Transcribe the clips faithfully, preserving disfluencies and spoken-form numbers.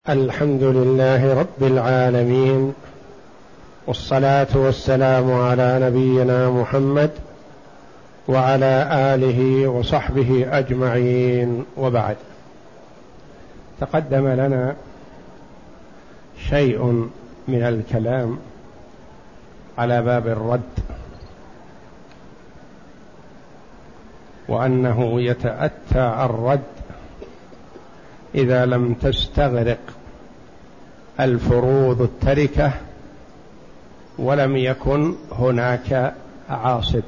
الحمد لله رب العالمين، والصلاة والسلام على نبينا محمد وعلى آله وصحبه أجمعين، وبعد. تقدم لنا شيء من الكلام على باب الرد، وأنه يتأتى الرد إذا لم تستغرق الفروض التركة ولم يكن هناك عاصب،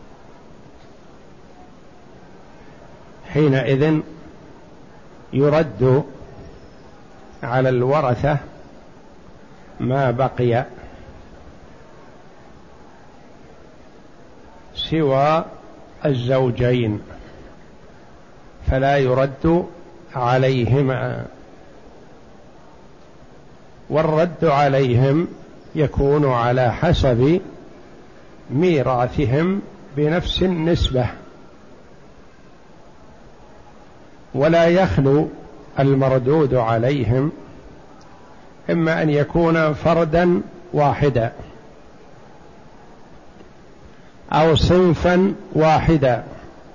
حينئذ يرد على الورثة ما بقي سوى الزوجين، فلا يرد عليهما، والرد عليهم يكون على حسب ميراثهم بنفس النسبة، ولا يخلو المردود عليهم إما أن يكون فردا واحدا أو صنفا واحدا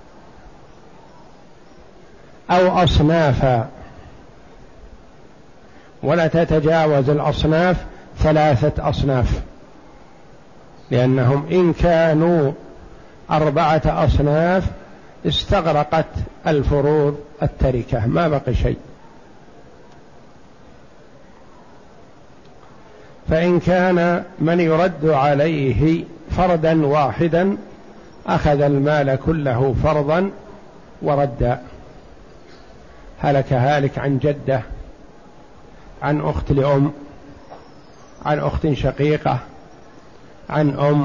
أو أصنافا، ولا تتجاوز الأصناف ثلاثة أصناف، لأنهم إن كانوا أربعة أصناف استغرقت الفروض التركة، ما بقي شيء. فإن كان من يرد عليه فردا واحدا أخذ المال كله فرضا ورد. هلك هالك عن جدة، عن أخت لأم، عن أخت شقيقة، عن أم،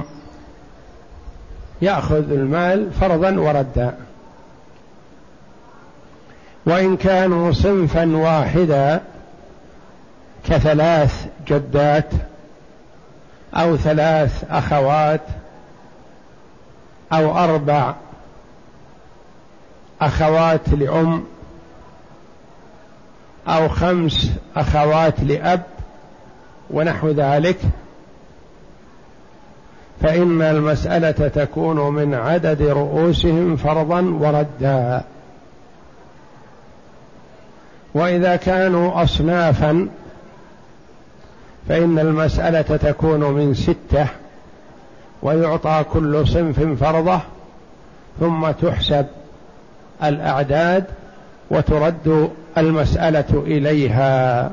يأخذ المال فرضا وردا. وإن كانوا صنفا واحدا كثلاث جدات أو ثلاث أخوات أو أربع أخوات لأم أو خمس أخوات لأب ونحو ذلك، فإن المسألة تكون من عدد رؤوسهم فرضا وردا. وإذا كانوا أصنافا فإن المسألة تكون من ستة، ويعطى كل صنف فرضه، ثم تحسب الأعداد وترد المسألة إليها.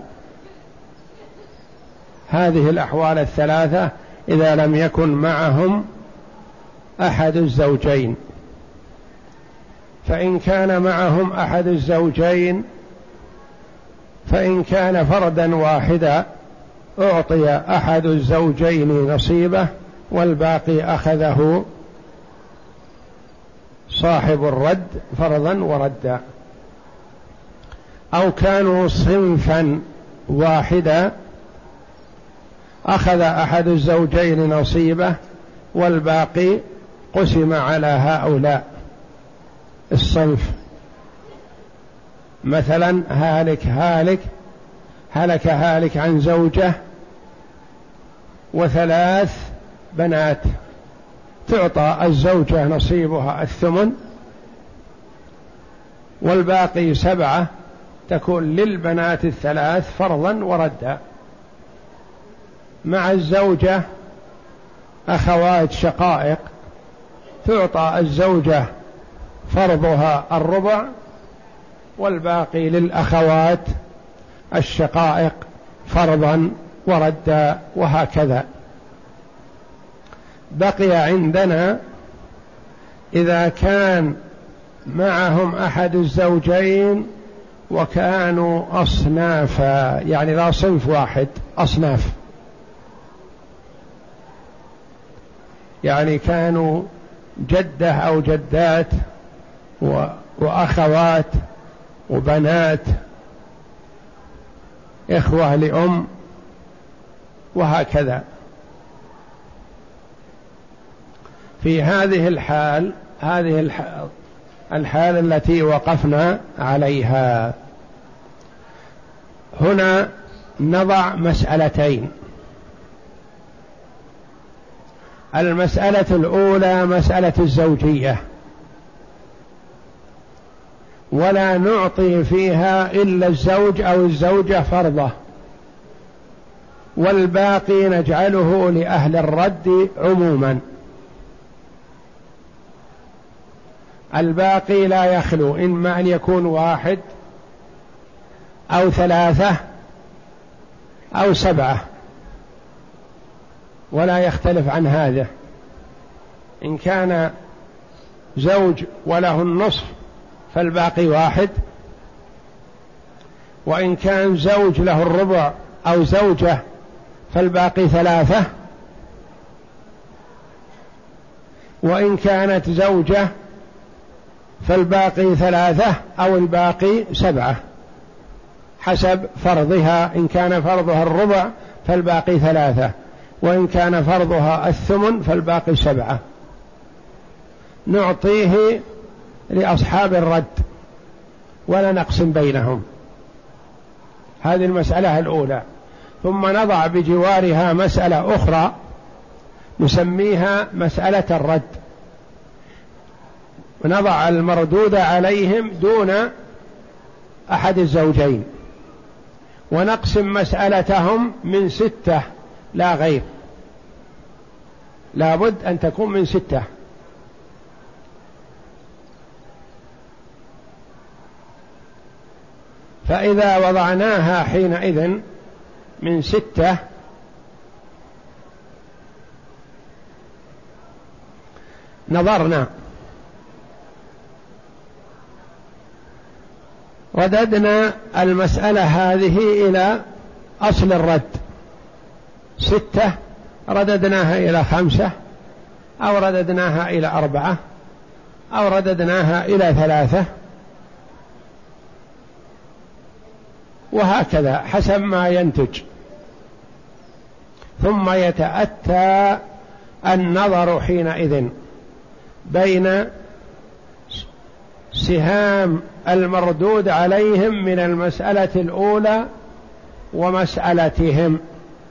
هذه الأحوال الثلاثة إذا لم يكن معهم أحد الزوجين. فإن كان معهم أحد الزوجين فإن كان فردا واحدا أعطي أحد الزوجين نصيبه، والباقي أخذه صاحب الرد فرضا وردا. أو كانوا صنفا واحدا أخذ أحد الزوجين نصيبه، والباقي قسم على هؤلاء الصنف. مثلا هالك هالك هلك هالك عن زوجة وثلاث بنات، تعطى الزوجة نصيبها الثمن، والباقي سبعة تكون للبنات الثلاث فرضا وردا. مع الزوجة أخوات شقائق، تعطى الزوجة فرضها الربع، والباقي للأخوات الشقائق فرضا وردا، وهكذا. بقي عندنا إذا كان معهم أحد الزوجين وكانوا أصنافا، يعني لا صنف واحد، أصناف، يعني كانوا جدة أو جدات وأخوات وبنات، إخوة لأم، وهكذا. في هذه الحال، هذه الحال التي وقفنا عليها، هنا نضع مسألتين. المسألة الأولى مسألة الزوجية، ولا نعطي فيها إلا الزوج أو الزوجة فرضه، والباقي نجعله لأهل الرد عموما. الباقي لا يخلو، إما أن يكون واحد أو ثلاثة أو سبعة، ولا يختلف عن هذا. إن كان زوج وله النصف فالباقي واحد، وإن كان زوج له الربع أو زوجة فالباقي ثلاثة، وإن كانت زوجة فالباقي ثلاثة أو الباقي سبعة حسب فرضها. إن كان فرضها الربع فالباقي ثلاثة، وإن كان فرضها الثمن فالباقي سبعة. نعطيه لأصحاب الرد ولا نقسم بينهم. هذه المسألة الأولى. ثم نضع بجوارها مسألة أخرى نسميها مسألة الرد، ونضع المردود عليهم دون أحد الزوجين، ونقسم مسألتهم من ستة لا غير، لابد أن تكون من ستة. فإذا وضعناها حينئذ من ستة نظرنا رددنا المسألة هذه إلى أصل الرد، ستة رددناها إلى خمسة، أو رددناها إلى أربعة، أو رددناها إلى ثلاثة، وهكذا حسب ما ينتج. ثم يتأتى النظر حينئذ بين سهام المردود عليهم من المسألة الأولى ومسألتهم.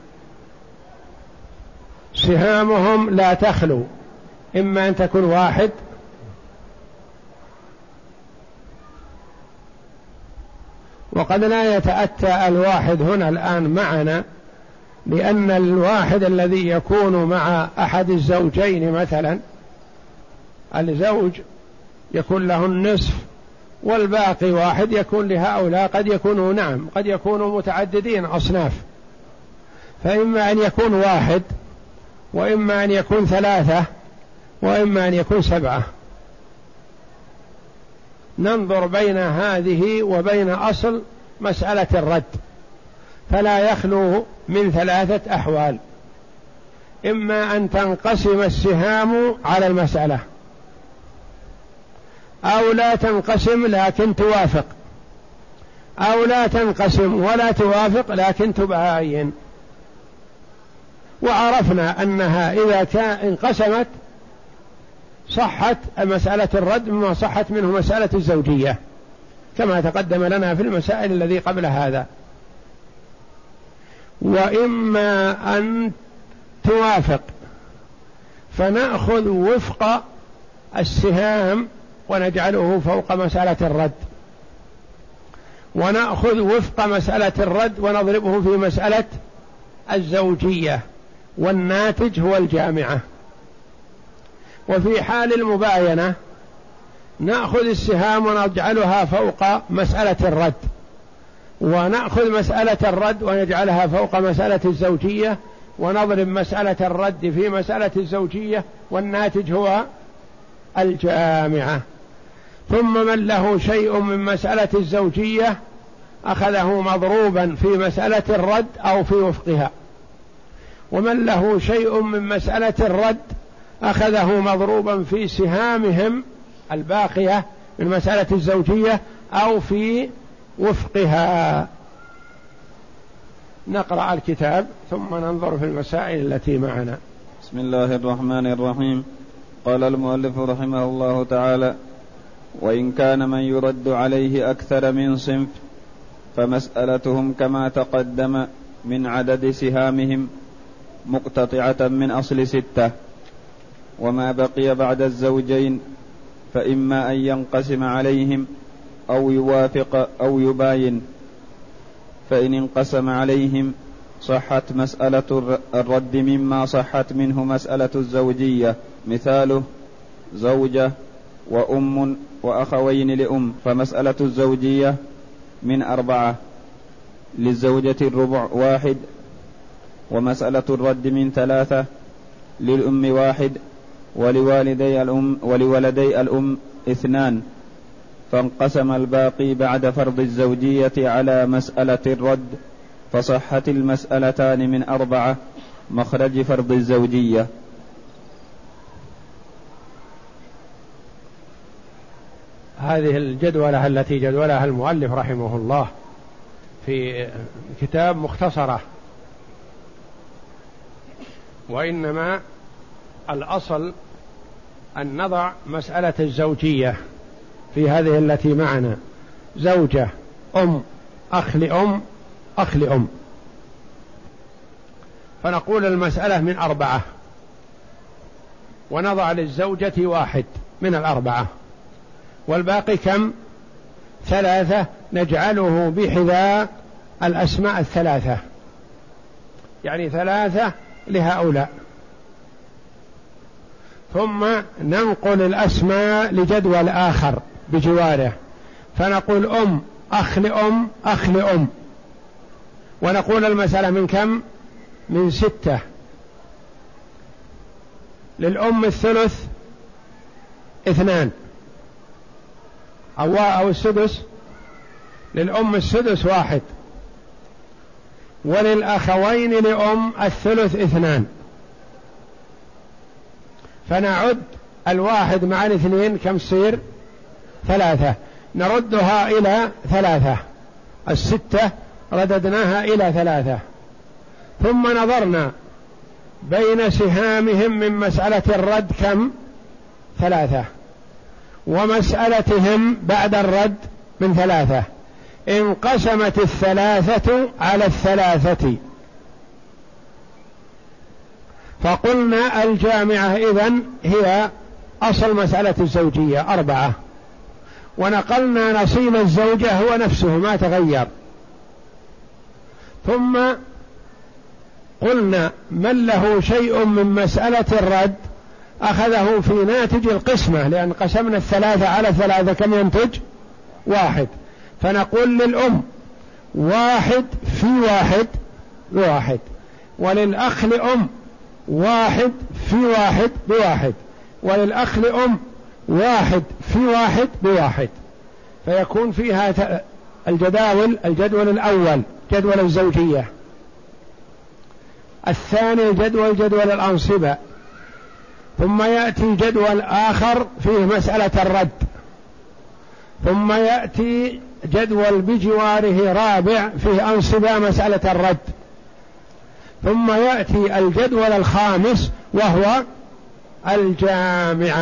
سهامهم لا تخلو، إما أن تكون واحد وقد لا يتأتى الواحد هنا الآن معنا، لأن الواحد الذي يكون مع أحد الزوجين مثلا الزوج يكون له النصف والباقي واحد يكون لهؤلاء، قد يكونوا نعم قد يكونوا متعددين أصناف، فإما أن يكون واحد وإما أن يكون ثلاثة وإما أن يكون سبعة. ننظر بين هذه وبين أصل مسألة الرد، فلا يخلو من ثلاثة أحوال: إما أن تنقسم السهام على المسألة، أو لا تنقسم لكن توافق، أو لا تنقسم ولا توافق لكن تباين. وعرفنا أنها إذا كان انقسمت صحت مسألة الرد مما صحت منه مسألة الزوجية، كما تقدم لنا في المسائل الذي قبل هذا. وإما أن توافق فنأخذ وفق السهام ونجعله فوق مسألة الرد، ونأخذ وفق مسألة الرد ونضربه في مسألة الزوجية، والناتج هو الجامعة. وفي حال المباينة نأخذ السهام ونجعلها فوق مسألة الرد، ونأخذ مسألة الرد ونجعلها فوق مسألة الزوجية، ونضرب مسألة الرد في مسألة الزوجية، والناتج هو الجامعة. ثم من له شيء من مسألة الزوجية أخذه مضروبا في مسألة الرد أو في وفقها، ومن له شيء من مسألة الرد أخذه مضروبا في سهامهم الباقية من مسألة الزوجية أو في وفقها. نقرأ الكتاب ثم ننظر في المسائل التي معنا. بسم الله الرحمن الرحيم. قال المؤلف رحمه الله تعالى: وإن كان من يرد عليه أكثر من صنف فمسألتهم كما تقدم من عدد سهامهم مقتطعة من أصل ستة. وما بقي بعد الزوجين فإما أن ينقسم عليهم أو يوافق أو يباين. فإن انقسم عليهم صحت مسألة الرد مما صحت منه مسألة الزوجية، مثاله زوجة وأم وأخوين لأم، فمسألة الزوجية من أربعة، للزوجة الربع واحد، ومسألة الرد من ثلاثة، للأم واحد، ولوالدي الأم ولولدي الأم اثنان. فانقسم الباقي بعد فرض الزوجية على مسألة الرد، فصحت المسألتان من أربعة مخرج فرض الزوجية. هذه الجدولة التي جدولها المؤلف رحمه الله في كتاب مختصرة، وإنما الأصل أن نضع مسألة الزوجية في هذه التي معنا: زوجة، أم، أخ لأم، أخ لأم. فنقول المسألة من أربعة، ونضع للزوجة واحد من الأربعة، والباقي كم؟ ثلاثة، نجعله بحذاء الأسماء الثلاثة، يعني ثلاثة لهؤلاء. ثم ننقل الأسماء لجدول آخر بجواره، فنقول أم، أخ لأم، أخ لأم، ونقول المسألة من كم؟ من ستة. للأم الثلث اثنان أو أو السدس، للأم السدس واحد، وللأخوين لأم الثلث اثنان. فنعد الواحد مع الاثنين كم تصير؟ ثلاثة، نردها إلى ثلاثة، الستة رددناها إلى ثلاثة. ثم نظرنا بين سهامهم من مسألة الرد كم؟ ثلاثة، ومسألتهم بعد الرد من ثلاثة. انقسمت الثلاثة على الثلاثة، فقلنا الجامعة إذن هي أصل مسألة الزوجية أربعة، ونقلنا نصيب الزوجة هو نفسه ما تغير. ثم قلنا من له شيء من مسألة الرد أخذه في ناتج القسمة، لأن قسمنا الثلاثة على ثلاثة كم ينتج؟ واحد. فنقول للأم واحد في واحد بواحد، وللأخ لأم واحد في واحد بواحد، وللأخ لأم واحد في واحد بواحد. فيكون فيها الجداول: الجدول الأول جدول الزوجية، الثاني جدول جدول الأنصبة، ثم يأتي جدول آخر فيه مسألة الرد، ثم يأتي جدول بجواره رابع فيه أنصبة مسألة الرد، ثم يأتي الجدول الخامس وهو الجامعة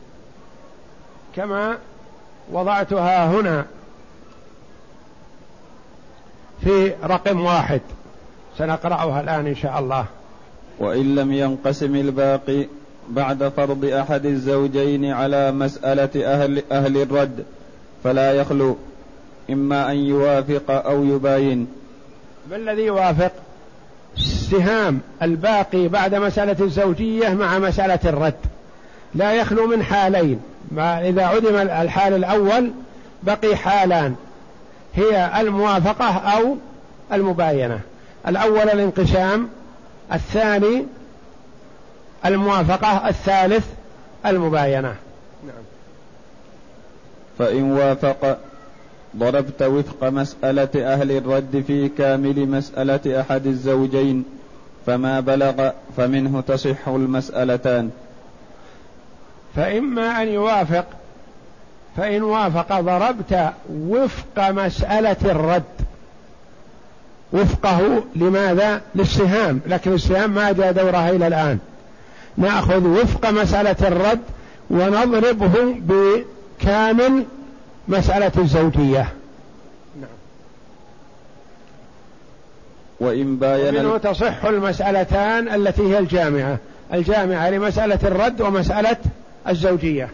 كما وضعتها هنا في رقم واحد، سنقرأها الآن إن شاء الله. وإن لم ينقسم الباقي بعد فرض أحد الزوجين على مسألة أهل, أهل الرد فلا يخلو، إما أن يوافق أو يباين. ما الذي يوافق؟ السهام الباقي بعد مسألة الزوجية مع مسألة الرد لا يخلو من حالين. إذا عدم الحال الأول بقي حالان، هي الموافقة أو المباينة. الأول الانقسام، الثاني الموافقة، الثالث المباينة. نعم. فإن وافق ضربت وفق مسألة أهل الرد في كامل مسألة أحد الزوجين، فما بلغ فمنه تصح المسألتان. فإما أن يوافق، فإن وافق ضربت وفق مسألة الرد، وفقه لماذا؟ للسهام، لكن السهام ما جاء دورها إلى الآن. نأخذ وفق مسألة الرد ونضربه بكامل مسألة الزوجية. نعم. وإن باين ومنه تصح المسألتان التي هي الجامعة الجامعة لمسألة الرد ومسألة الزوجية.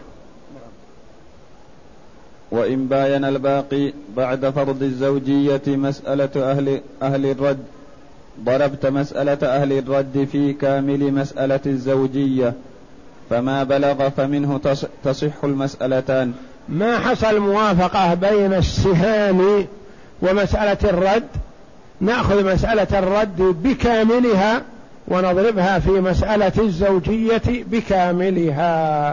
وإن باين الباقي بعد فرض الزوجية مسألة أهل, أهل الرد ضربت مسألة أهل الرد في كامل مسألة الزوجية، فما بلغ فمنه تصح المسألتان. ما حصل موافقة بين السهام ومسألة الرد نأخذ مسألة الرد بكاملها ونضربها في مسألة الزوجية بكاملها.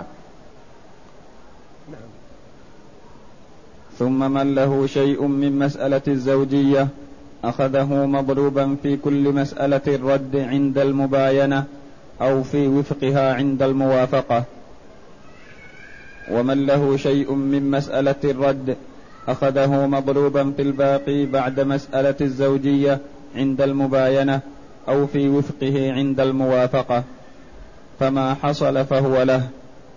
ثم من له شيء من مسألة الزوجية أخذه مضروبا في كل مسألة الرد عند المباينة أو في وفقها عند الموافقة. ومن له شيء من مسألة الرد أخذه مضروبا في الباقي بعد مسألة الزوجية عند المباينة أو في وفقه عند الموافقة، فما حصل فهو له.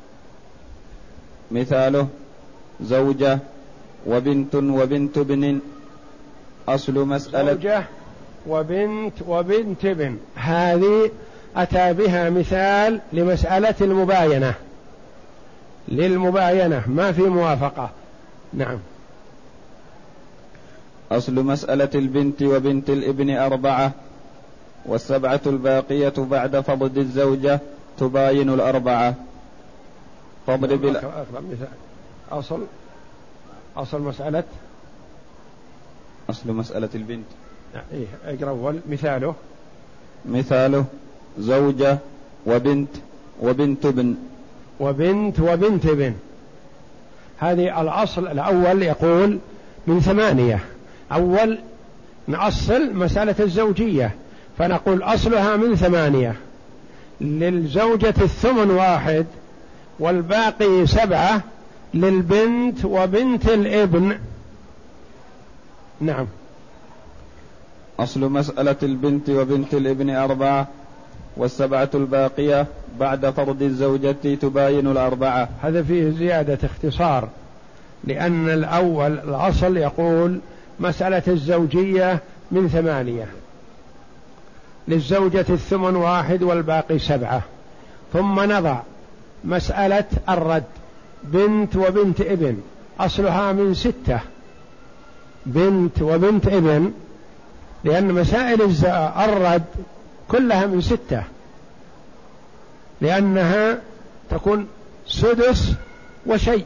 مثاله زوجة وبنت وبنت ابن. أصل مسألة زوجة وبنت وبنت ابن، هذه أتى بها مثال لمسألة المباينة، للمباينة ما في موافقة. نعم. أصل مسألة البنت وبنت الابن أربعة، والسبعة الباقية بعد فضل الزوجة تباين الأربعة. فاضرب بال... أصل أصل مسألة أصل مسألة البنت. إيه أقرأ أول. مثاله مثاله زوجة وبنت وبنت ابن. وبنت وبنت ابن، هذه الأصل الأول يقول من ثمانية. أول نأصل مسألة الزوجية فنقول أصلها من ثمانية، للزوجة الثمن واحد والباقي سبعة، للبنت وبنت الابن. نعم. أصل مسألة البنت وبنت الابن أربعة، والسبعة الباقية بعد فرض الزوجة تباين الأربعة. هذا فيه زيادة اختصار، لأن الأول الأصل يقول مسألة الزوجية من ثمانية، للزوجة الثمن واحد والباقي سبعة، ثم نضع مسألة الرد بنت وبنت ابن أصلها من ستة، بنت وبنت ابن، لأن مسائل الرد كلها من ستة، لأنها تكون سدس وشيء.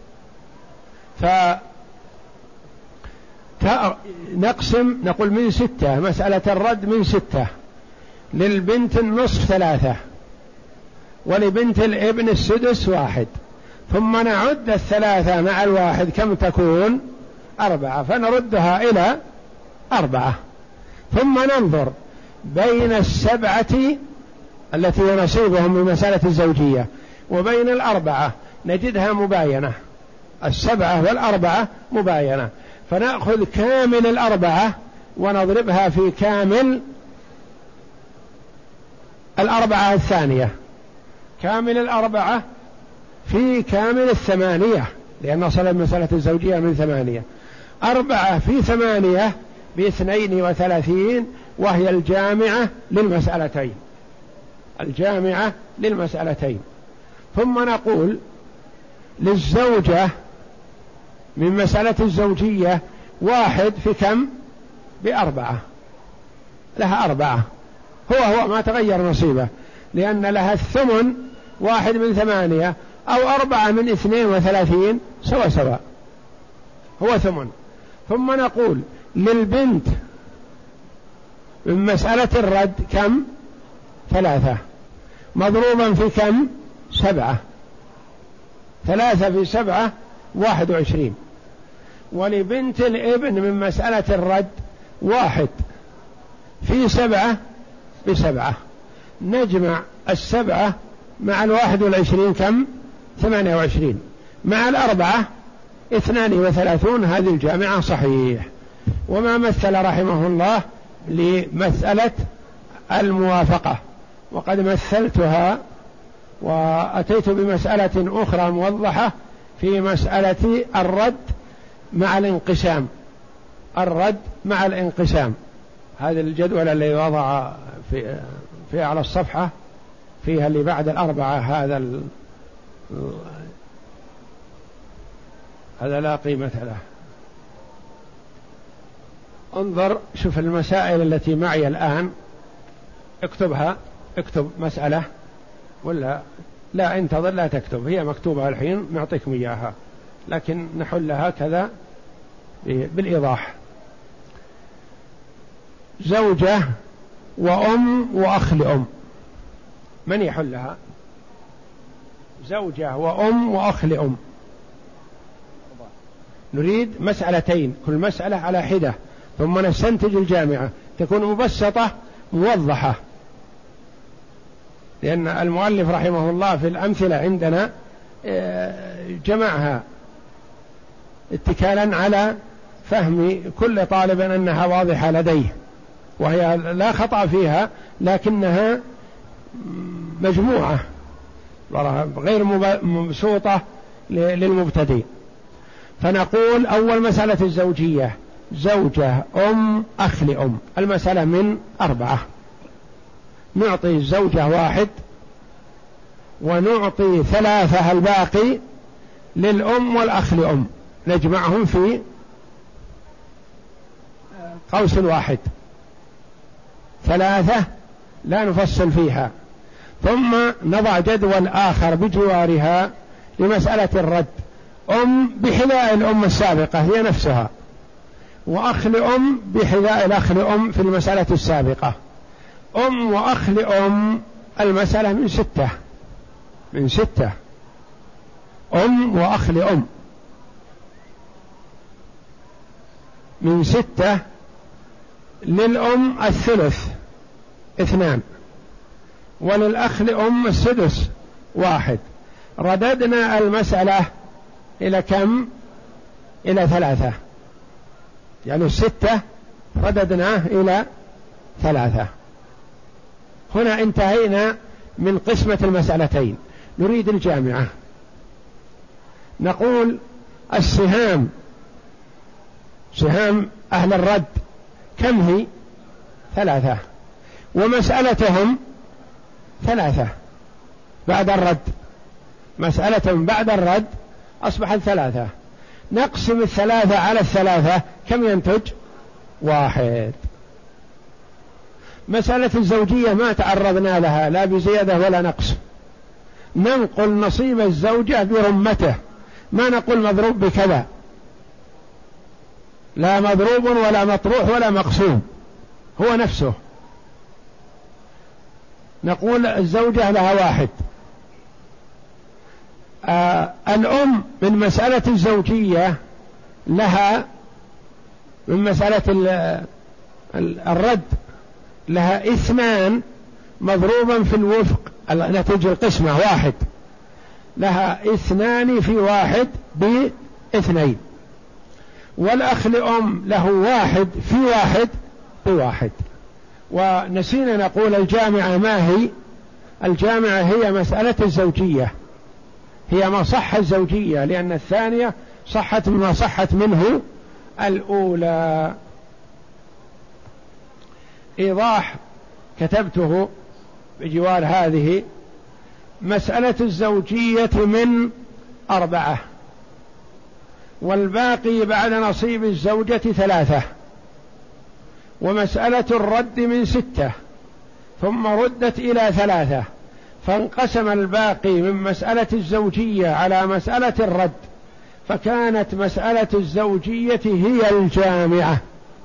فنقسم نقول من ستة، مسألة الرد من ستة، للبنت النصف ثلاثة، ولبنت الابن السدس واحد، ثم نعد الثلاثة مع الواحد كم تكون؟ أربعة، فنردها إلى أربعة، ثم ننظر بين السبعة التي هي نصيبهم من مسألة الزوجية وبين الأربعة نجدها مباينة، السبعة والأربعة مباينة، فنأخذ كامل الأربعة ونضربها في كامل الأربعة الثانية، كامل الأربعة في كامل الثمانية، لأن أصل مسألة الزوجية من ثمانية، أربعة في ثمانية باثنين وثلاثين، وهي الجامعة للمسألتين، الجامعة للمسألتين. ثم نقول للزوجة من مسألة الزوجية واحد في كم؟ بأربعة، لها أربعة، هو هو ما تغير نصيبه، لأن لها الثمن واحد من ثمانية أو أربعة من اثنين وثلاثين سوا سوا، هو ثمن. ثم نقول للبنت من مسألة الرد كم؟ ثلاثة، مضروبا في كم؟ سبعة، ثلاثة في سبعة واحد وعشرين. ولبنت الابن من مسألة الرد واحد في سبعة بسبعة، نجمع السبعة مع الواحد والعشرين كم؟ ثمانية وعشرين، مع الأربعة اثنان وثلاثون، هذه الجامعة صحيح. وما مثل رحمه الله لمسألة الموافقة، وقد مثلتها وأتيت بمسألة أخرى موضحة في مسألة الرد مع الانقسام، الرد مع الانقسام. هذا الجدول اللي وضع في في على الصفحة فيها اللي بعد الأربعة، هذا ال... هذا لا قيمة له. انظر شوف المسائل التي معي الآن، اكتبها، اكتب مسألة ولا لا انتظر لا تكتب، هي مكتوبة الحين نعطيكم إياها لكن نحلها كذا بالإيضاح. زوجة وأم وأخ لأم، من يحلها؟ زوجة وأم وأخ لأم. نريد مسألتين، كل مسألة على حدة، ثم نستنتج الجامعة، تكون مبسطة موضحة، لأن المؤلف رحمه الله في الأمثلة عندنا جمعها اتكالا على فهم كل طالب أنها واضحة لديه، وهي لا خطأ فيها لكنها مجموعة غير مبسوطة للمبتدئ. فنقول أول مسألة الزوجية، زوجة أم أخ لأم، المسألة من أربعة، نعطي الزوجة واحد ونعطي ثلاثة الباقي للأم والأخ لأم، نجمعهم في قوس واحد، ثلاثة لا نفصل فيها، ثم نضع جدول آخر بجوارها لمسألة الرد، أم بحذاء الأم السابقة هي نفسها، وأخ لأم بحذاء الأخ لأم في المسألة السابقة، أم وأخ لأم المسألة من ستة، من ستة أم وأخ لأم من ستة، للأم الثلث اثنان، وللأخ لأم السدس واحد. رددنا المسألة إلى كم؟ إلى ثلاثة، يعني الستة رددناه إلى ثلاثة. هنا انتهينا من قسمة المسألتين، نريد الجامعة. نقول السهام، سهام أهل الرد كم هي؟ ثلاثة، ومسألتهم ثلاثة بعد الرد، مسألة بعد الرد أصبحت ثلاثة، نقسم الثلاثة على الثلاثة كم ينتج؟ واحد. مسألة الزوجية ما تعرضنا لها لا بزيادة ولا نقص، ننقل نصيب الزوجة برمته، ما نقول مضروب بكذا، لا مضروب ولا مطروح ولا مقسوم، هو نفسه. نقول الزوجة لها واحد. آه الأم من مسألة الزوجية لها من مسألة الرد لها اثنان مضروبا في الوفق نتيجة القسمة واحد، لها اثنان في واحد باثنين، والأخ لأم له واحد في واحد بواحد. ونسينا نقول الجامعة ما هي؟ الجامعة هي مسألة الزوجية، هي ما صح الزوجية، لأن الثانية صحت مما صحت منه الأولى. إيضاح كتبته بجوار هذه، مسألة الزوجية من أربعة، والباقي بعد نصيب الزوجة ثلاثة، ومسألة الرد من ستة ثم ردت إلى ثلاثة، فانقسم الباقي من مسألة الزوجية على مسألة الرد، فكانت مسألة الزوجية هي الجامعة،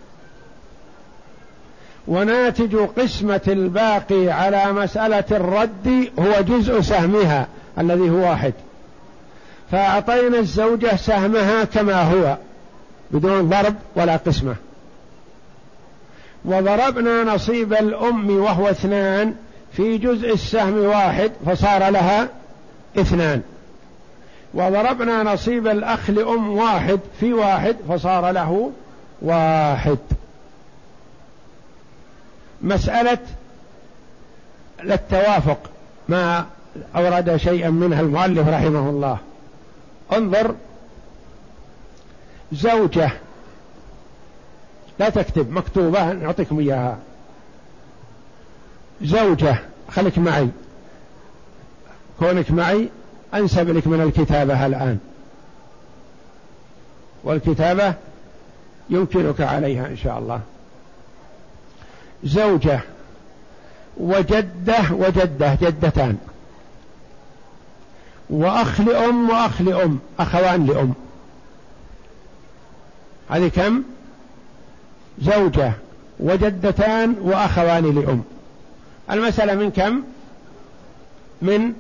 وناتج قسمة الباقي على مسألة الرد هو جزء سهمها الذي هو واحد، فأعطينا الزوجة سهمها كما هو بدون ضرب ولا قسمة، وضربنا نصيب الأم وهو اثنان في جزء السهم واحد فصار لها اثنان، وضربنا نصيب الأخ لأم واحد في واحد فصار له واحد. مسألة التوافق ما أورد شيئا منها المؤلف رحمه الله. انظر، زوجة لا تكتب، مكتوبة نعطيكم إياها. زوجة، خليك معي، كونك معي أنسب لك من الكتابة الآن، والكتابة يمكنك عليها إن شاء الله. زوجة وجدة وجدة، جدتان، وأخ لأم وأخ لأم، أخوان لأم. هذه كم؟ زوجة وجدتان وأخوان لأم. المسألة من كم؟ من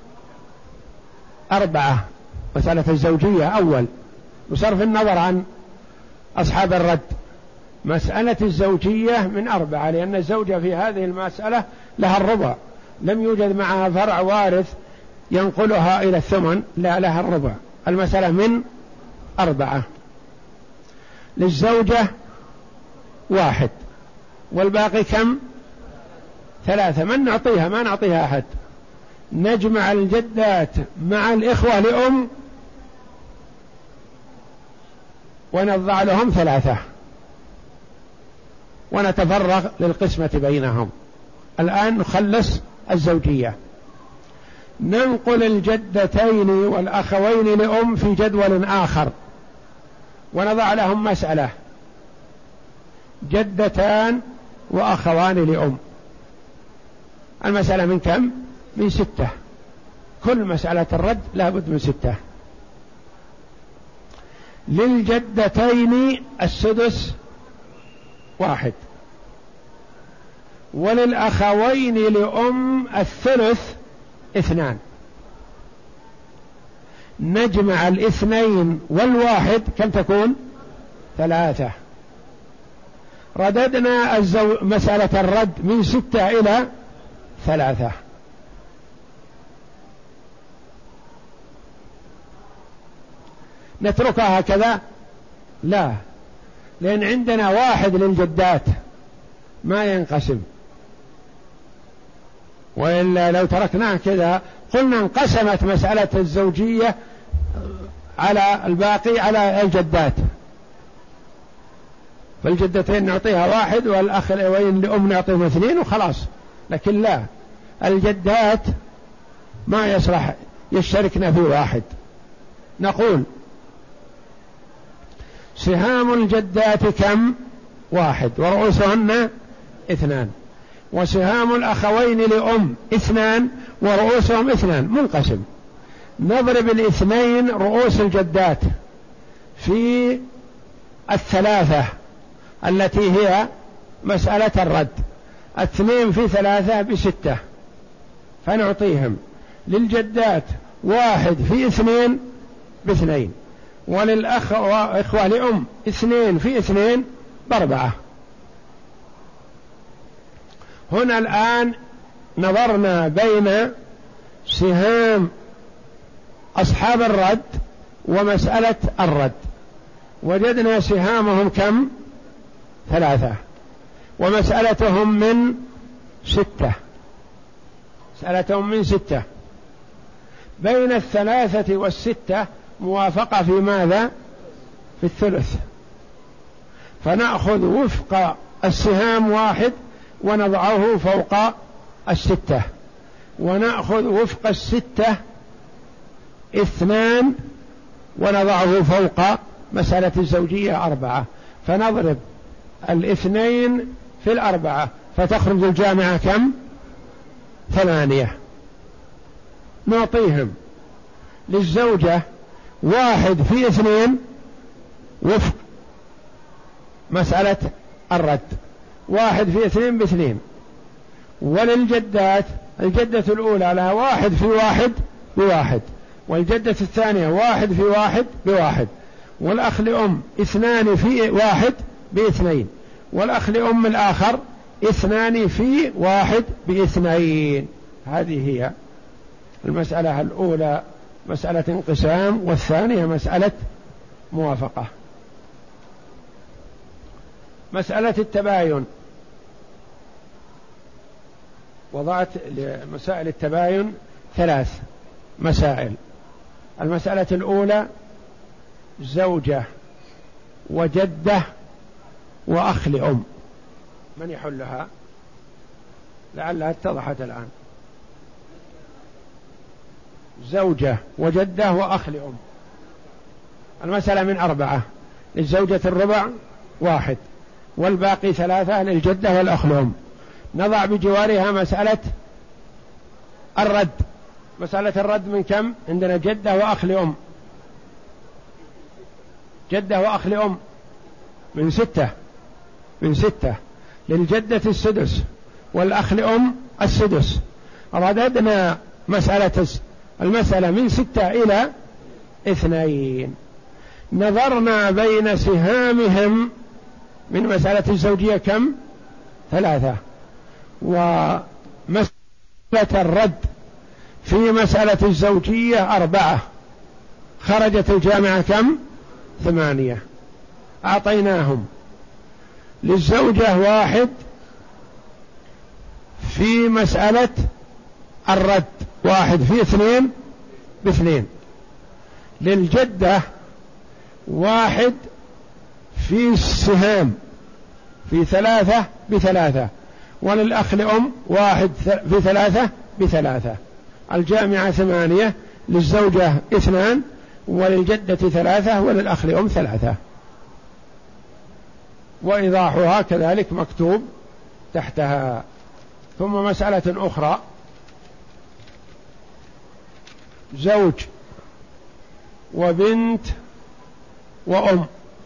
أربعة. مسألة الزوجية أول بصرف النظر عن أصحاب الرد. مسألة الزوجية من أربعة، لأن الزوجة في هذه المسألة لها الربع، لم يوجد معها فرع وارث ينقلها إلى الثمن، لا، لها الربع. المسألة من أربعة. للزوجة واحد، والباقي كم؟ ثلاثة. من نعطيها؟ ما نعطيها أحد. نجمع الجدات مع الإخوة لأم ونضع لهم ثلاثة، ونتفرغ للقسمة بينهم. الآن نخلص الزوجية. ننقل الجدتين والأخوين لأم في جدول آخر ونضع لهم مسألة: جدتان وأخوان لأم. المسألة من كم؟ من ستة. كل مسألة الرد لا بد من ستة. للجدتين السدس واحد، وللأخوين لأم الثلث اثنان. نجمع الاثنين والواحد كم تكون؟ ثلاثة. رددنا الزو... مسألة الرد من ستة إلى ثلاثة. نتركها هكذا؟ لا، لأن عندنا واحد للجدات ما ينقسم، وإلا لو تركناه كذا قلنا انقسمت مسألة الزوجية على الباقي على الجدات، فالجدتين نعطيها واحد والأخ الأخوين لأم نعطيهم اثنين وخلاص. لكن لا، الجدات ما يصلح يشتركنا في واحد. نقول سهام الجدات كم؟ واحد، ورؤوسهن اثنان، وسهام الأخوين لأم اثنان ورؤوسهم اثنان، منقسم. نضرب الاثنين رؤوس الجدات في الثلاثة التي هي مسألة الرد، اثنين في ثلاثة بستة، فنعطيهم للجدات واحد في اثنين باثنين، وللأخوة لأم اثنين في اثنين بأربعة. هنا الآن نظرنا بين سهام أصحاب الرد ومسألة الرد، وجدنا سهامهم كم؟ ثلاثة، ومسألتهم من ستة. مسألتهم من ستة. بين الثلاثة والستة موافقة في ماذا؟ في الثلث. فنأخذ وفق السهام واحد ونضعه فوق الستة، ونأخذ وفق الستة اثنان ونضعه فوق مسألة الزوجية أربعة، فنضرب الاثنين في الأربعة فتخرج الجامعة كم؟ ثمانية. نعطيهم للزوجة واحد في اثنين وفق مسألة الرد، واحد في اثنين باثنين. وللجدات الجدة الأولى لها واحد في واحد بواحد، والجدة الثانية واحد في واحد بواحد، والأخ لأم اثنان في واحد باثنين، والأخ لأم الآخر اثنان في واحد باثنين. هذه هي المسألة الأولى، مسألة انقسام، والثانية مسألة موافقة. مسألة التباين، وضعت لمسائل التباين ثلاث مسائل. المسألة الأولى زوجة وجدة وأخ لأم. من يحلها؟ لعلها اتضحت الآن. زوجة وجدة وأخ لأم. المسألة من أربعة، للزوجة الربع واحد، والباقي ثلاثة للجدة والأخ لأم. نضع بجوارها مسألة الرد. مسألة الرد من كم؟ عندنا جدة وأخ لأم. جدة وأخ لأم من ستة، من ستة. للجدة السدس والأخ لأم السدس. رددنا مسألة المسألة من ستة إلى اثنين. نظرنا بين سهامهم من مسألة الزوجية كم؟ ثلاثة. ومسألة الرد في مسألة الزوجية أربعة. خرجت الجامعة كم؟ ثمانية. أعطيناهم للزوجة واحد في مسألة الرد، واحد في اثنين باثنين. للجدة واحد في السهام في ثلاثة بثلاثة. وللأخ لأم واحد في ثلاثة بثلاثة. الجامعة ثمانية، للزوجة اثنان، وللجدة ثلاثة، وللأخ لأم ثلاثة. وإيضاحها كذلك مكتوب تحتها. ثم مسألة أخرى، زوج وبنت وأم.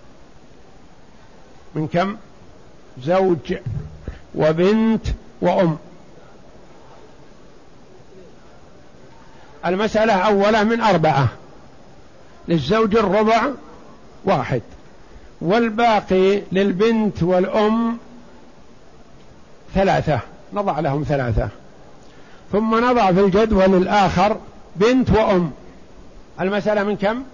من كم؟ زوج وبنت وأم. المسألة أولا من أربعة، للزوج الربع واحد، والباقي للبنت والأم ثلاثة. نضع لهم ثلاثة. ثم نضع في الجدول الآخر بنت وأم. المسألة من كم؟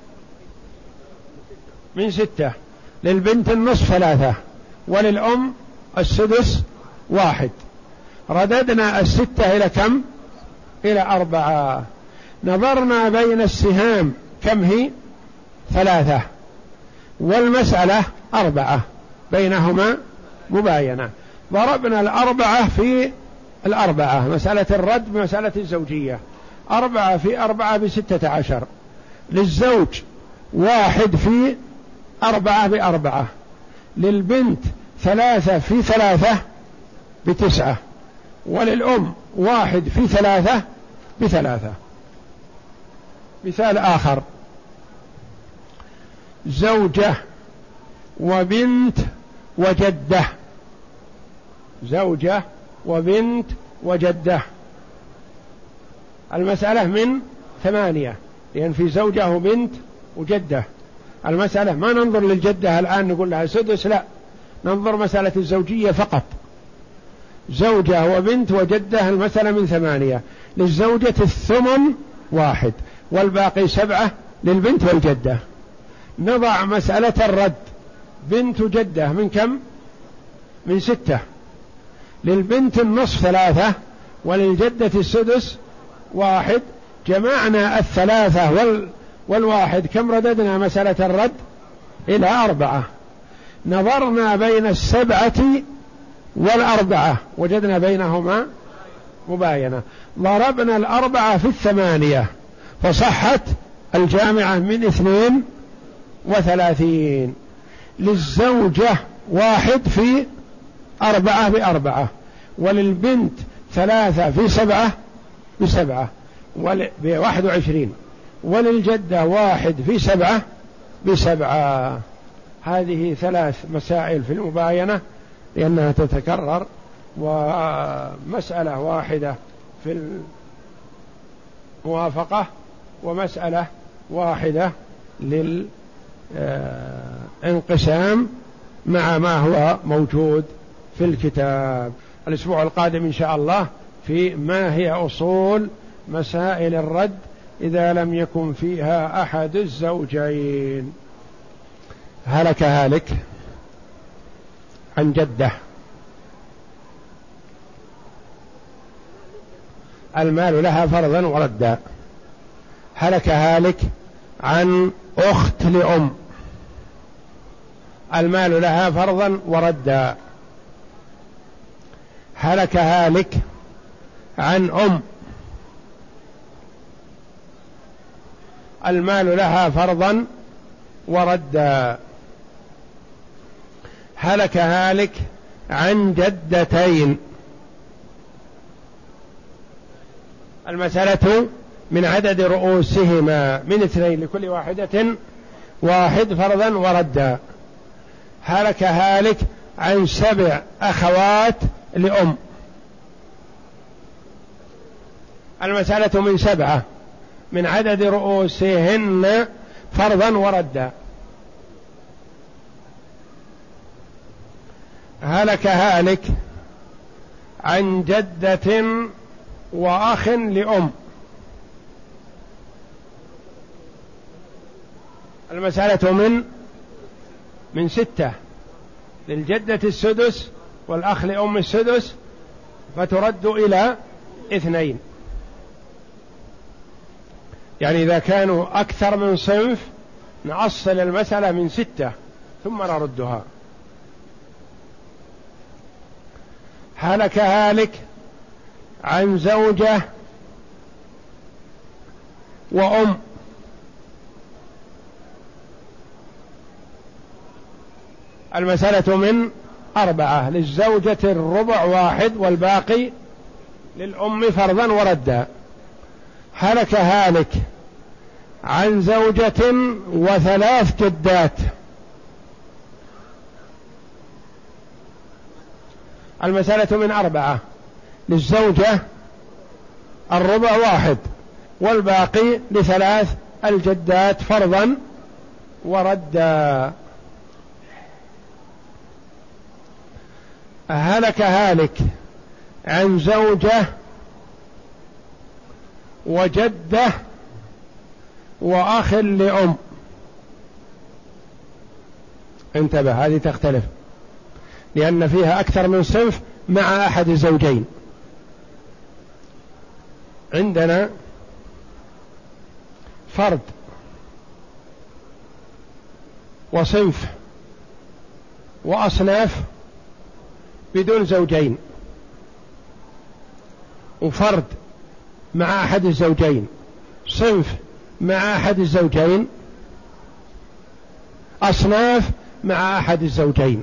من ستة. للبنت النصف ثلاثة، وللأم السدس واحد. رددنا الستة إلى كم؟ إلى أربعة. نظرنا بين السهام كم هي؟ ثلاثة، والمسألة أربعة، بينهما مباينة. ضربنا الأربعة في الأربعة، مسألة الرد بمسألة الزوجية. أربعة في أربعة بستة عشر. للزوج واحد في أربعة بأربعة. للبنت ثلاثة في ثلاثة بتسعة. وللأم واحد في ثلاثة بثلاثة. مثال آخر، زوجة وبنت وجدة. زوجة وبنت وجدة. المسألة من ثمانية، لأن في زوجة وبنت وجدة. المسألة ما ننظر للجدة الآن نقول لها سدس، لا، ننظر مسألة الزوجية فقط. زوجة وبنت وجدة. المسألة من ثمانية، للزوجة الثمن واحد، والباقي سبعة للبنت والجدة. نضع مسألة الرد، بنت جدة من كم؟ من ستة. للبنت النصف ثلاثة، وللجدة السدس واحد. جمعنا الثلاثة وال والواحد، كم رددنا مسألة الرد؟ إلى أربعة. نظرنا بين السبعة والأربعة، وجدنا بينهما مباينة. ضربنا الأربعة في الثمانية، فصحت الجامعة من اثنين وثلاثين. للزوجة واحد في أربعة بأربعة، وللبنت ثلاثة في سبعة بسبعة بواحد وعشرين، وللجدة واحد في سبعة بسبعة. هذه ثلاث مسائل في المباينة لأنها تتكرر، ومسألة واحدة في الموافقة، ومسألة واحدة للانقسام مع ما هو موجود في الكتاب. الأسبوع القادم إن شاء الله في ما هي أصول مسائل الرد إذا لم يكن فيها أحد الزوجين. هلك هالك عن جدة، المال لها فرضا وردا. هلك هالك عن أخت لأم، المال لها فرضا وردا. هلك هالك عن أم، المال لها فرضا وردا. هلك هالك عن جدتين، المسألة من عدد رؤوسهما من اثنين لكل واحدة واحد فرضا وردا. هلك هالك عن سبع أخوات لأم، المسألة من سبعة من عدد رؤوسهن فرضا وردا. هلك هالك عن جدة وأخ لأم، المسألة من من ستة، للجدة السدس والأخ لأم السدس، فترد إلى اثنين. يعني إذا كانوا أكثر من صنف نأصل المسألة من ستة ثم نردها. هلك هالك عن زوجة وأم، المسألة من أربعة، للزوجة الربع واحد والباقي للأم فرضا وردا. هلك هالك عن زوجة وثلاث جدات، المسألة من أربعة، للزوجة الربع واحد والباقي لثلاث الجدات فرضا وردا. هلك هالك عن زوجة وجدة وأخ لأم، انتبه هذه تختلف لأن فيها أكثر من صنف مع أحد الزوجين. عندنا فرد وصنف وأصناف بدون زوجين، وفرد مع أحد الزوجين، صنف مع أحد الزوجين، أصناف مع أحد الزوجين.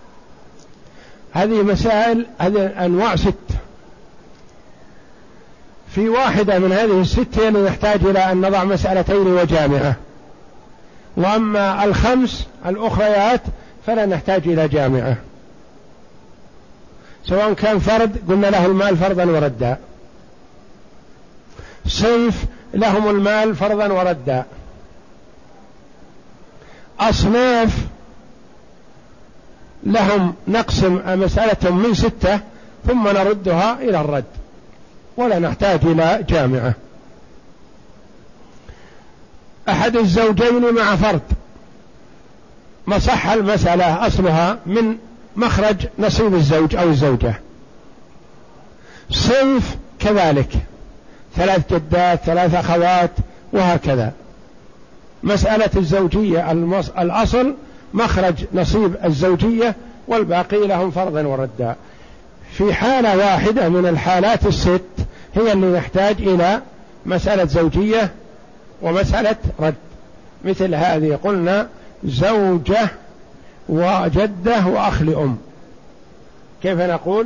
هذه مسائل، هذه أنواع ست. في واحدة من هذه الستة نحتاج إلى أن نضع مسألتين وجامعة، وأما الخمس الأخريات فلا نحتاج إلى جامعة. سواء كان فرد قلنا له المال فرضا وردا، صنف لهم المال فرضا وردا، أصناف لهم نقسم مسألة من ستة ثم نردها إلى الرد ولا نحتاج إلى جامعة. أحد الزوجين مع فرد، ما صح المسألة أصلها من مخرج نصيب الزوج أو الزوجة. صنف كذلك، ثلاث جدات ثلاث أخوات وهكذا. مسألة الزوجية الأصل مخرج نصيب الزوجية والباقي لهم فرضا وردا. في حالة واحدة من الحالات الست هي اللي نحتاج إلى مسألة زوجية ومسألة رد، مثل هذه قلنا زوجة وجدة وأخ لأم. كيف نقول؟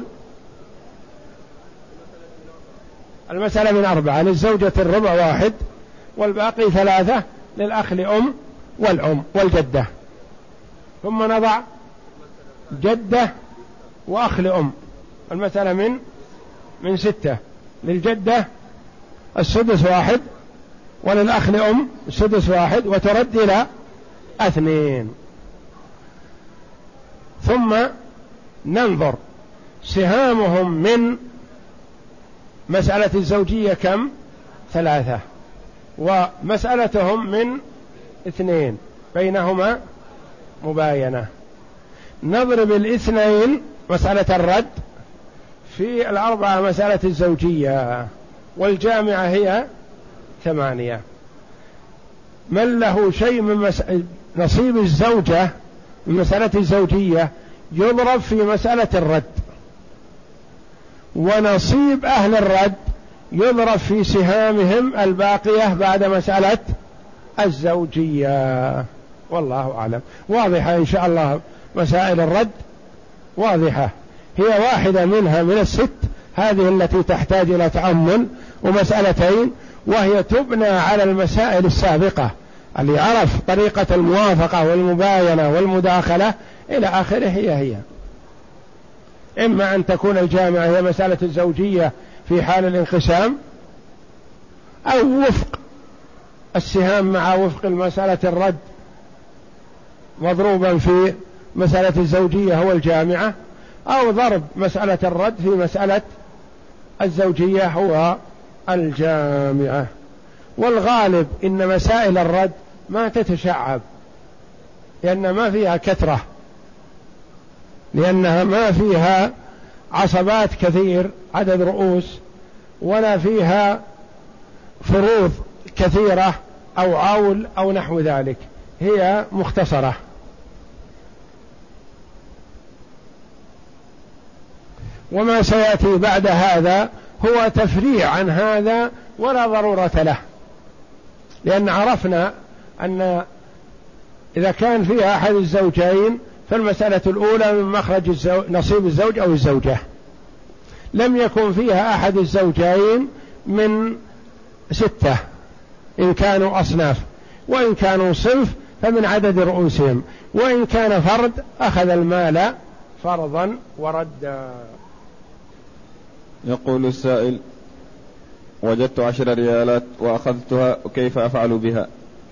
المسألة من أربعة، للزوجة الربع واحد والباقي ثلاثة للأخ لأم والأم والجدة، ثم نضع جدة وأخ لأم، المسألة من من ستة، للجدة السدس واحد وللأخ لأم السدس واحد، وترد إلى اثنين. ثم ننظر سهامهم من مسألة الزوجية كم؟ ثلاثة، ومسألتهم من اثنين، بينهما مباينة. نضرب الاثنين مسألة الرد في الأربعة مسألة الزوجية، والجامعة هي ثمانية. من له شيء من مس... نصيب الزوجة من مسألة الزوجية يضرب في مسألة الرد، ونصيب أهل الرد يضرب في سهامهم الباقية بعد مسألة الزوجية. والله أعلم. واضحة إن شاء الله. مسائل الرد واضحة، هي واحدة منها من الست هذه التي تحتاج إلى تأمل، ومسألتين وهي تبنى على المسائل السابقة اللي عرف طريقة الموافقة والمباينة والمداخلة إلى آخره هي هي. إما أن تكون الجامعة هي مسألة الزوجية في حال الانقسام، أو وفق السهام مع وفق المسألة الرد مضروبا في مسألة الزوجية هو الجامعة، أو ضرب مسألة الرد في مسألة الزوجية هو الجامعة. والغالب إن مسائل الرد ما تتشعب، لأن ما فيها كثرة، لأنها ما فيها عصبات كثير عدد رؤوس، ولا فيها فروض كثيرة أو عول أو نحو ذلك، هي مختصرة. وما سيأتي بعد هذا هو تفريع عن هذا ولا ضرورة له، لأن عرفنا أن إذا كان فيها أحد الزوجين فالمسألة الأولى من مخرج الزو... نصيب الزوج أو الزوجة. لم يكن فيها أحد الزوجين من ستة إن كانوا أصناف، وإن كانوا صنف فمن عدد رؤوسهم، وإن كان فرد أخذ المال فرضا وردا. يقول السائل: وجدت عشر ريالات وأخذتها، وكيف أفعل بها؟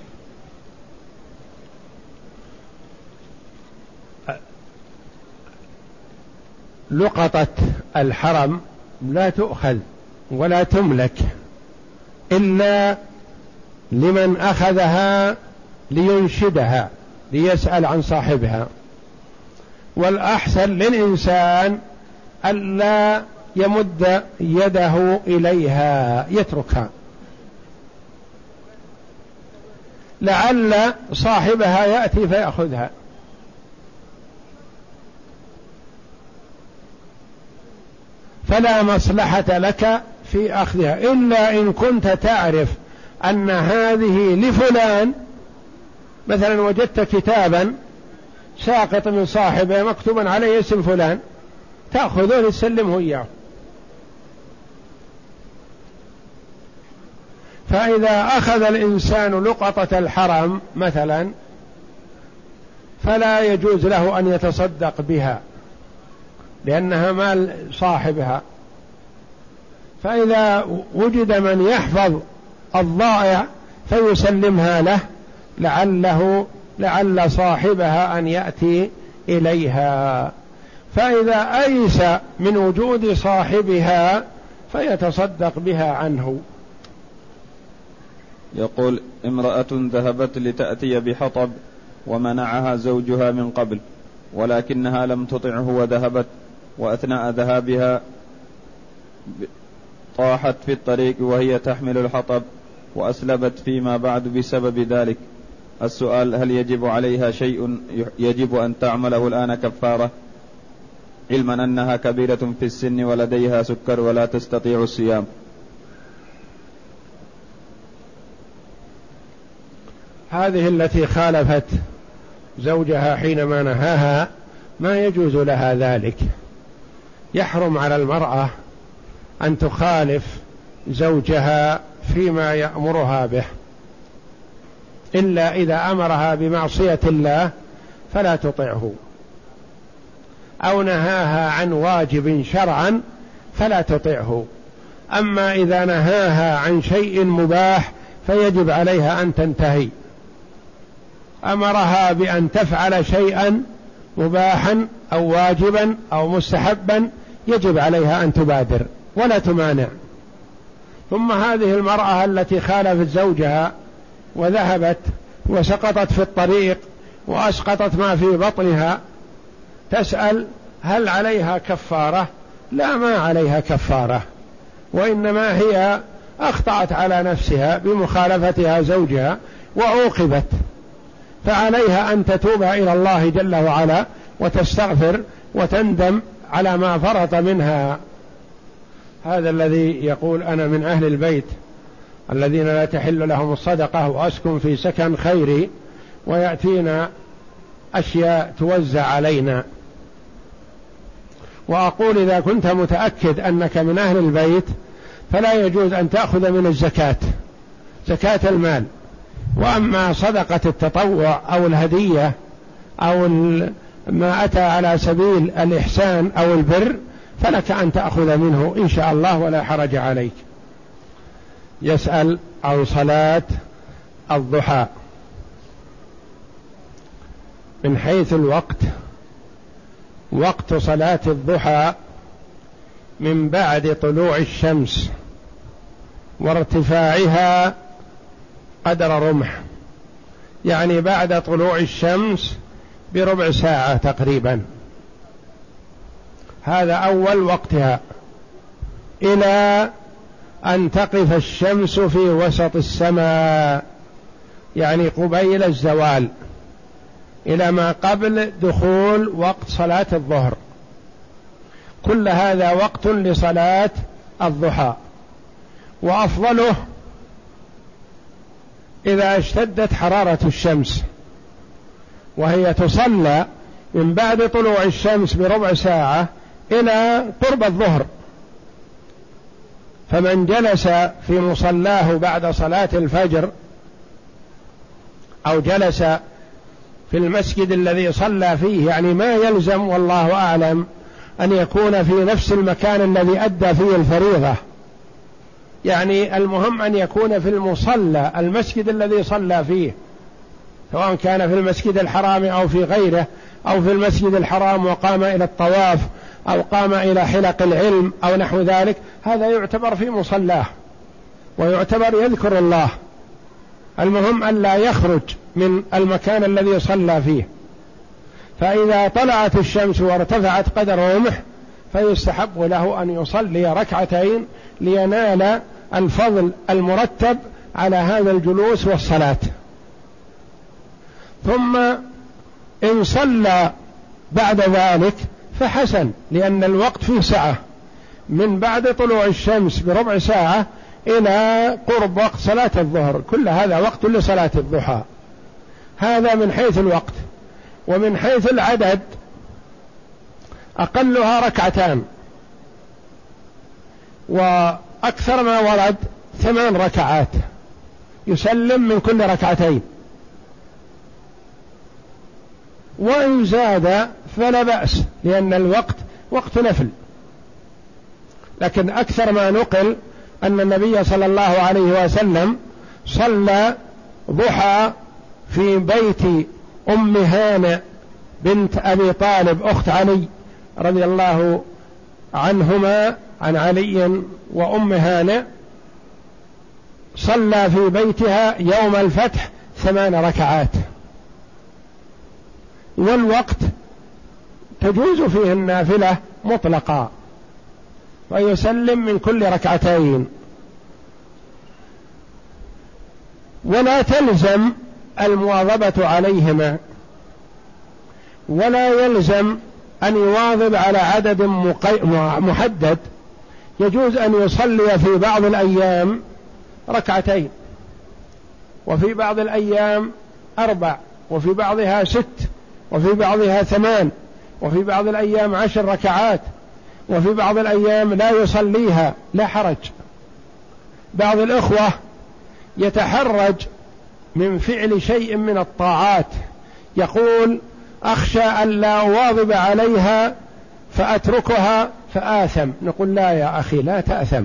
لقطة الحرم لا تؤخذ ولا تملك إلا لمن أخذها لينشدها ليسأل عن صاحبها، والأحسن للإنسان ألا يمد يده إليها، يتركها، لعل صاحبها يأتي فيأخذها. فلا مصلحة لك في أخذها إلا إن كنت تعرف أن هذه لفلان. مثلا وجدت كتابا ساقط من صاحبه مكتوبا عليه اسم فلان، تأخذه لتسلمه إياه. فإذا أخذ الإنسان لقطة الحرم مثلا فلا يجوز له أن يتصدق بها لأنها مال صاحبها. فإذا وجد من يحفظ الضائع فيسلمها له لعله لعل صاحبها أن يأتي إليها. فإذا أيس من وجود صاحبها فيتصدق بها عنه. يقول: امرأة ذهبت لتأتي بحطب ومنعها زوجها من قبل، ولكنها لم تطعه وذهبت، وأثناء ذهابها طاحت في الطريق وهي تحمل الحطب وأسلبت فيما بعد بسبب ذلك. السؤال: هل يجب عليها شيء يجب أن تعمله الآن كفارة، علما أنها كبيرة في السن ولديها سكر ولا تستطيع الصيام؟ هذه التي خالفت زوجها حينما نهاها ما يجوز لها ذلك. يحرم على المرأة أن تخالف زوجها فيما يأمرها به، إلا إذا أمرها بمعصية الله فلا تطعه، أو نهاها عن واجب شرعا فلا تطعه. أما إذا نهاها عن شيء مباح فيجب عليها أن تنتهي. أمرها بأن تفعل شيئا مباحا أو واجبا أو مستحبا يجب عليها أن تبادر ولا تمانع. ثم هذه المرأة التي خالفت زوجها وذهبت وسقطت في الطريق وأسقطت ما في بطنها تسأل: هل عليها كفارة؟ لا، ما عليها كفارة، وإنما هي أخطأت على نفسها بمخالفتها زوجها وعوقبت، فعليها أن تتوب إلى الله جل وعلا وتستغفر وتندم على ما فرط منها. هذا الذي يقول أنا من أهل البيت الذين لا تحل لهم الصدقة وأسكن في سكن خيري ويأتينا أشياء توزع علينا. وأقول إذا كنت متأكد أنك من أهل البيت فلا يجوز أن تأخذ من الزكاة، زكاة المال. وأما صدقة التطوع أو الهدية أو ما أتى على سبيل الإحسان أو البر فلك أن تأخذ منه إن شاء الله ولا حرج عليك. يسأل عن صلاة الضحى من حيث الوقت. وقت صلاة الضحى من بعد طلوع الشمس وارتفاعها قدر رمح، يعني بعد طلوع الشمس بربع ساعة تقريبا، هذا أول وقتها، إلى أن تقف الشمس في وسط السماء، يعني قبيل الزوال، إلى ما قبل دخول وقت صلاة الظهر. كل هذا وقت لصلاة الضحى، وأفضله إذا اشتدت حرارة الشمس، وهي تصلى من بعد طلوع الشمس بربع ساعة إلى قرب الظهر. فمن جلس في مصلاه بعد صلاة الفجر أو جلس في المسجد الذي صلى فيه، يعني ما يلزم والله أعلم أن يكون في نفس المكان الذي أدى فيه الفريضة، يعني المهم أن يكون في المصلى المسجد الذي صلى فيه، سواء كان في المسجد الحرام أو في غيره، أو في المسجد الحرام وقام إلى الطواف أو قام إلى حلق العلم أو نحو ذلك، هذا يعتبر في مصلاه ويعتبر يذكر الله. المهم أن لا يخرج من المكان الذي صلى فيه. فإذا طلعت الشمس وارتفعت قدر رمح فيستحب له أن يصلي ركعتين لينال الفضل المرتب على هذا الجلوس والصلاة. ثم إن صلى بعد ذلك فحسن، لأن الوقت فيه سعة، من بعد طلوع الشمس بربع ساعة إلى قرب وقت صلاة الظهر، كل هذا وقت لصلاة الضحى. هذا من حيث الوقت. ومن حيث العدد أقلها ركعتان، وأكثر ما ورد ثمان ركعات، يسلم من كل ركعتين، وإن زاد فلا بأس لأن الوقت وقت نفل. لكن أكثر ما نقل أن النبي صلى الله عليه وسلم صلى ضحى في بيت أم هانئ بنت أبي طالب أخت علي رضي الله عنهما، عن علي وأم هانئ، صلى في بيتها يوم الفتح ثمان ركعات، والوقت تجوز فيه النافلة مطلقا، ويسلم من كل ركعتين. ولا تلزم المواظبة عليهما، ولا يلزم أن يواظب على عدد محدد، يجوز أن يصلي في بعض الأيام ركعتين، وفي بعض الأيام أربع، وفي بعضها ست، وفي بعضها ثمان، وفي بعض الأيام عشر ركعات، وفي بعض الأيام لا يصليها، لا حرج. بعض الإخوة يتحرج من فعل شيء من الطاعات، يقول أخشى أن لا أواظب عليها فأتركها فآثم. نقول لا يا أخي، لا تأثم.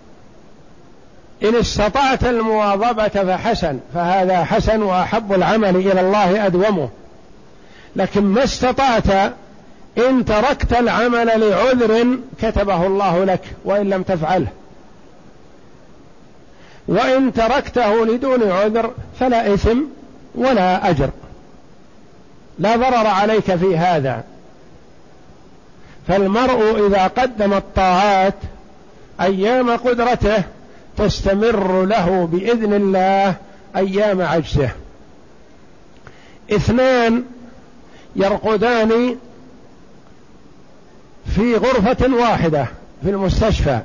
إن استطعت المواظبة فحسن، فهذا حسن وأحب العمل إلى الله أدومه. لكن ما استطعت، إن تركت العمل لعذر كتبه الله لك وإن لم تفعله، وإن تركته لدون عذر فلا إثم ولا أجر، لا ضرر عليك في هذا. فالمرء إذا قدم الطاعات أيام قدرته تستمر له بإذن الله أيام عجزه. اثنان يرقدان في غرفة واحدة في المستشفى،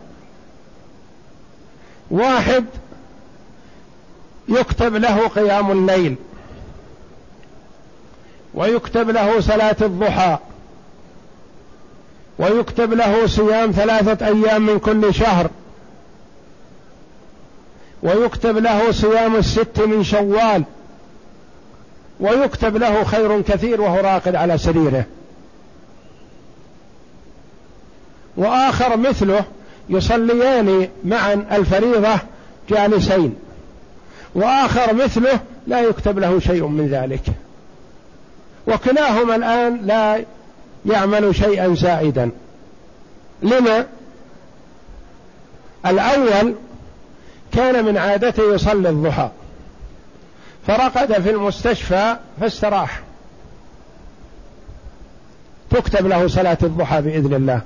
واحد يكتب له قيام الليل، ويكتب له صلاة الضحى، ويكتب له صيام ثلاثة أيام من كل شهر، ويكتب له صيام الست من شوال، ويكتب له خير كثير وهو راقد على سريره. وآخر مثله يصليان معا الفريضة جالسين، وآخر مثله لا يكتب له شيء من ذلك، وكلاهما الآن لا يعمل شيئا زائدا. لما؟ الأول كان من عادته يصلي الضحى، فرقد في المستشفى فاستراح، تكتب له صلاة الضحى بإذن الله.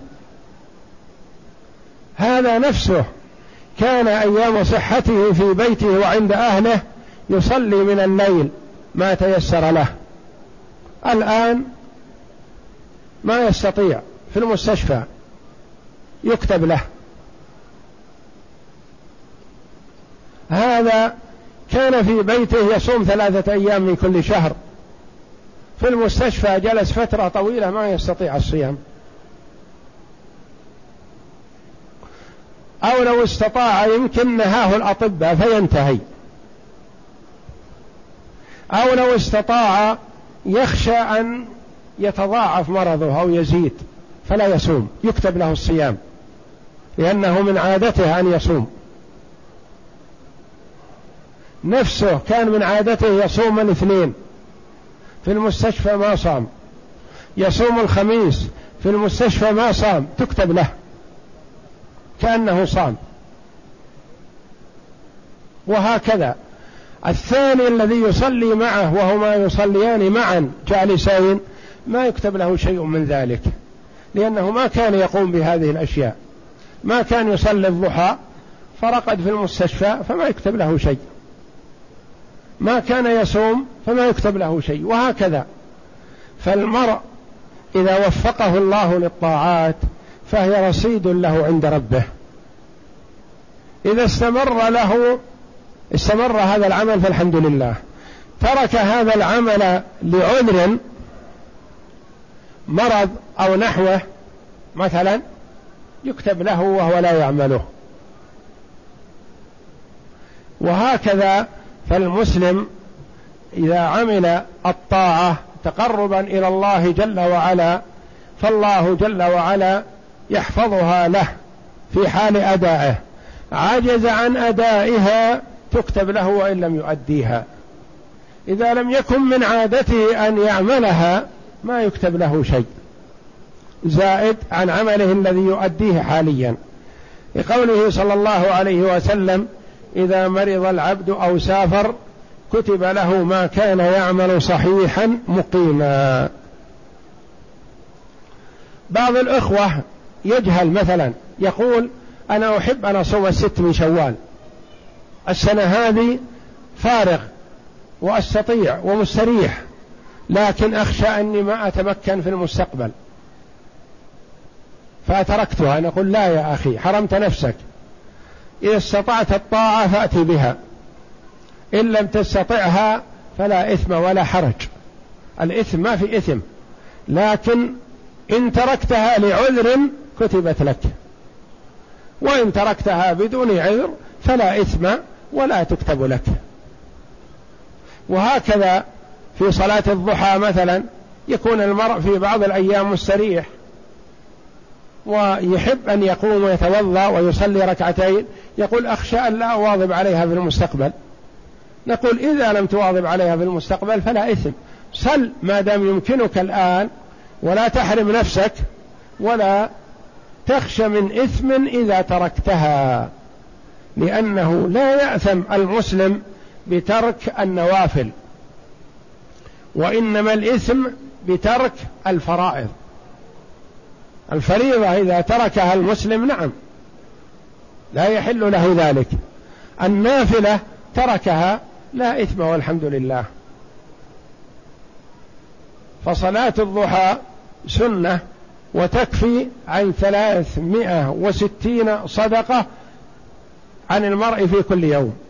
هذا نفسه كان أيام صحته في بيته وعند أهله يصلي من الليل ما تيسر له، الآن ما يستطيع، في المستشفى يكتب له. هذا كان في بيته يصوم ثلاثة أيام من كل شهر، في المستشفى جلس فترة طويلة ما يستطيع الصيام، أو لو استطاع يمكن نهاه الأطباء فينتهي، أو لو استطاع يخشى أن يتضاعف مرضه أو يزيد فلا يصوم، يكتب له الصيام لأنه من عادته أن يصوم. نفسه كان من عادته يصوم الاثنين، في المستشفى ما صام، يصوم الخميس، في المستشفى ما صام، تكتب له كأنه صام. وهكذا الثاني الذي يصلي معه وهما يصليان معا جالسين ما يكتب له شيء من ذلك، لأنه ما كان يقوم بهذه الأشياء، ما كان يصلي الضحى فرقد في المستشفى فما يكتب له شيء، ما كان يصوم فما يكتب له شيء، وهكذا. فالمرء إذا وفقه الله للطاعات فهي رصيد له عند ربه، إذا استمر له استمر هذا العمل فالحمد لله، ترك هذا العمل لعذر مرض أو نحوه مثلا يكتب له وهو لا يعمله. وهكذا فالمسلم إذا عمل الطاعة تقربا إلى الله جل وعلا فالله جل وعلا يحفظها له في حال أدائه، عجز عن أدائها تكتب له وإن لم يؤديها. إذا لم يكن من عادته أن يعملها ما يكتب له شيء زائد عن عمله الذي يؤديه حاليا، لقوله صلى الله عليه وسلم: إذا مرض العبد أو سافر كتب له ما كان يعمل صحيحا مقيما. بعض الإخوة يجهل مثلا يقول: أنا أحب أن أصوم الست من شوال، السنة هذه فارغ وأستطيع ومستريح، لكن أخشى أني ما أتمكن في المستقبل فتركتها. نقول: لا يا أخي، حرمت نفسك، إذا استطعت الطاعة فأتي بها، إن لم تستطعها فلا إثم ولا حرج. الإثم ما في إثم، لكن إن تركتها لعذر كتبت لك، وإن تركتها بدون عذر فلا إثم ولا تكتب لك. وهكذا في صلاة الضحى مثلا يكون المرء في بعض الأيام مستريح ويحب أن يقوم ويتوضأ ويصلي ركعتين، يقول: أخشى أن لا أواظب عليها في المستقبل. نقول: إذا لم تواظب عليها في المستقبل فلا إثم، صل ما دام يمكنك الآن، ولا تحرم نفسك ولا تخشى من إثم إذا تركتها، لأنه لا يأثم المسلم بترك النوافل، وإنما الإثم بترك الفرائض. الفريضة إذا تركها المسلم نعم لا يحل له ذلك، النافلة تركها لا إثم والحمد لله. فصلاة الضحى سنة وتكفي عن ثلاثمائة وستين صدقة عن المرء في كل يوم.